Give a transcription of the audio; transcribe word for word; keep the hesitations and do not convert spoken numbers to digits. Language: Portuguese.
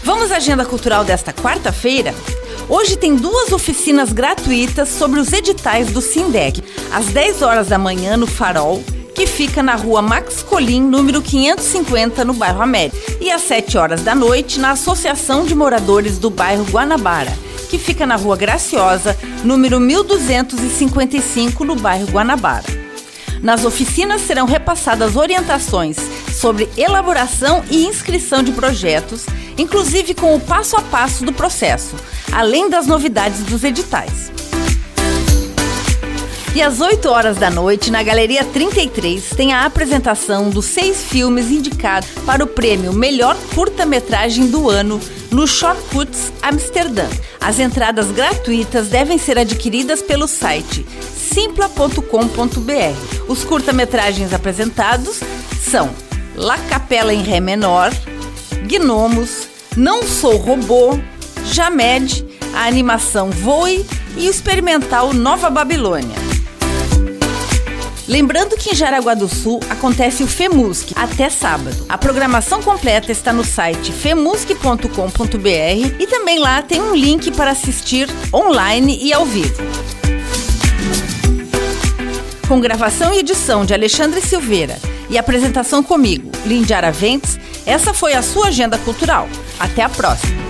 Vamos à agenda cultural desta quarta-feira? Hoje tem duas oficinas gratuitas sobre os editais do Sindec, às dez horas da manhã no Farol, que fica na rua Max Colim, número quinhentos e cinquenta, no bairro América, e às sete horas da noite na Associação de Moradores do bairro Guanabara, que fica na rua Graciosa, número mil duzentos e cinquenta e cinco, no bairro Guanabara. Nas oficinas serão repassadas orientações sobre elaboração e inscrição de projetos, inclusive com o passo a passo do processo, além das novidades dos editais. E às oito horas da noite, na Galeria trinta e três, tem a apresentação dos seis filmes indicados para o prêmio Melhor Curta-Metragem do Ano no Shortcuts Amsterdã. As entradas gratuitas devem ser adquiridas pelo site simpla ponto com ponto b r. Os curta-metragens apresentados são La Capela em Ré menor, Gnomos, Não Sou Robô, Jamed, a animação Voe e o experimental Nova Babilônia. Lembrando que em Jaraguá do Sul acontece o FEMUSC até sábado. A programação completa está no site femusc ponto com ponto b r e também lá tem um link para assistir online e ao vivo. Com gravação e edição de Alexandre Silveira e apresentação comigo, Lindy Araventes, essa foi a sua Agenda Cultural. Até a próxima!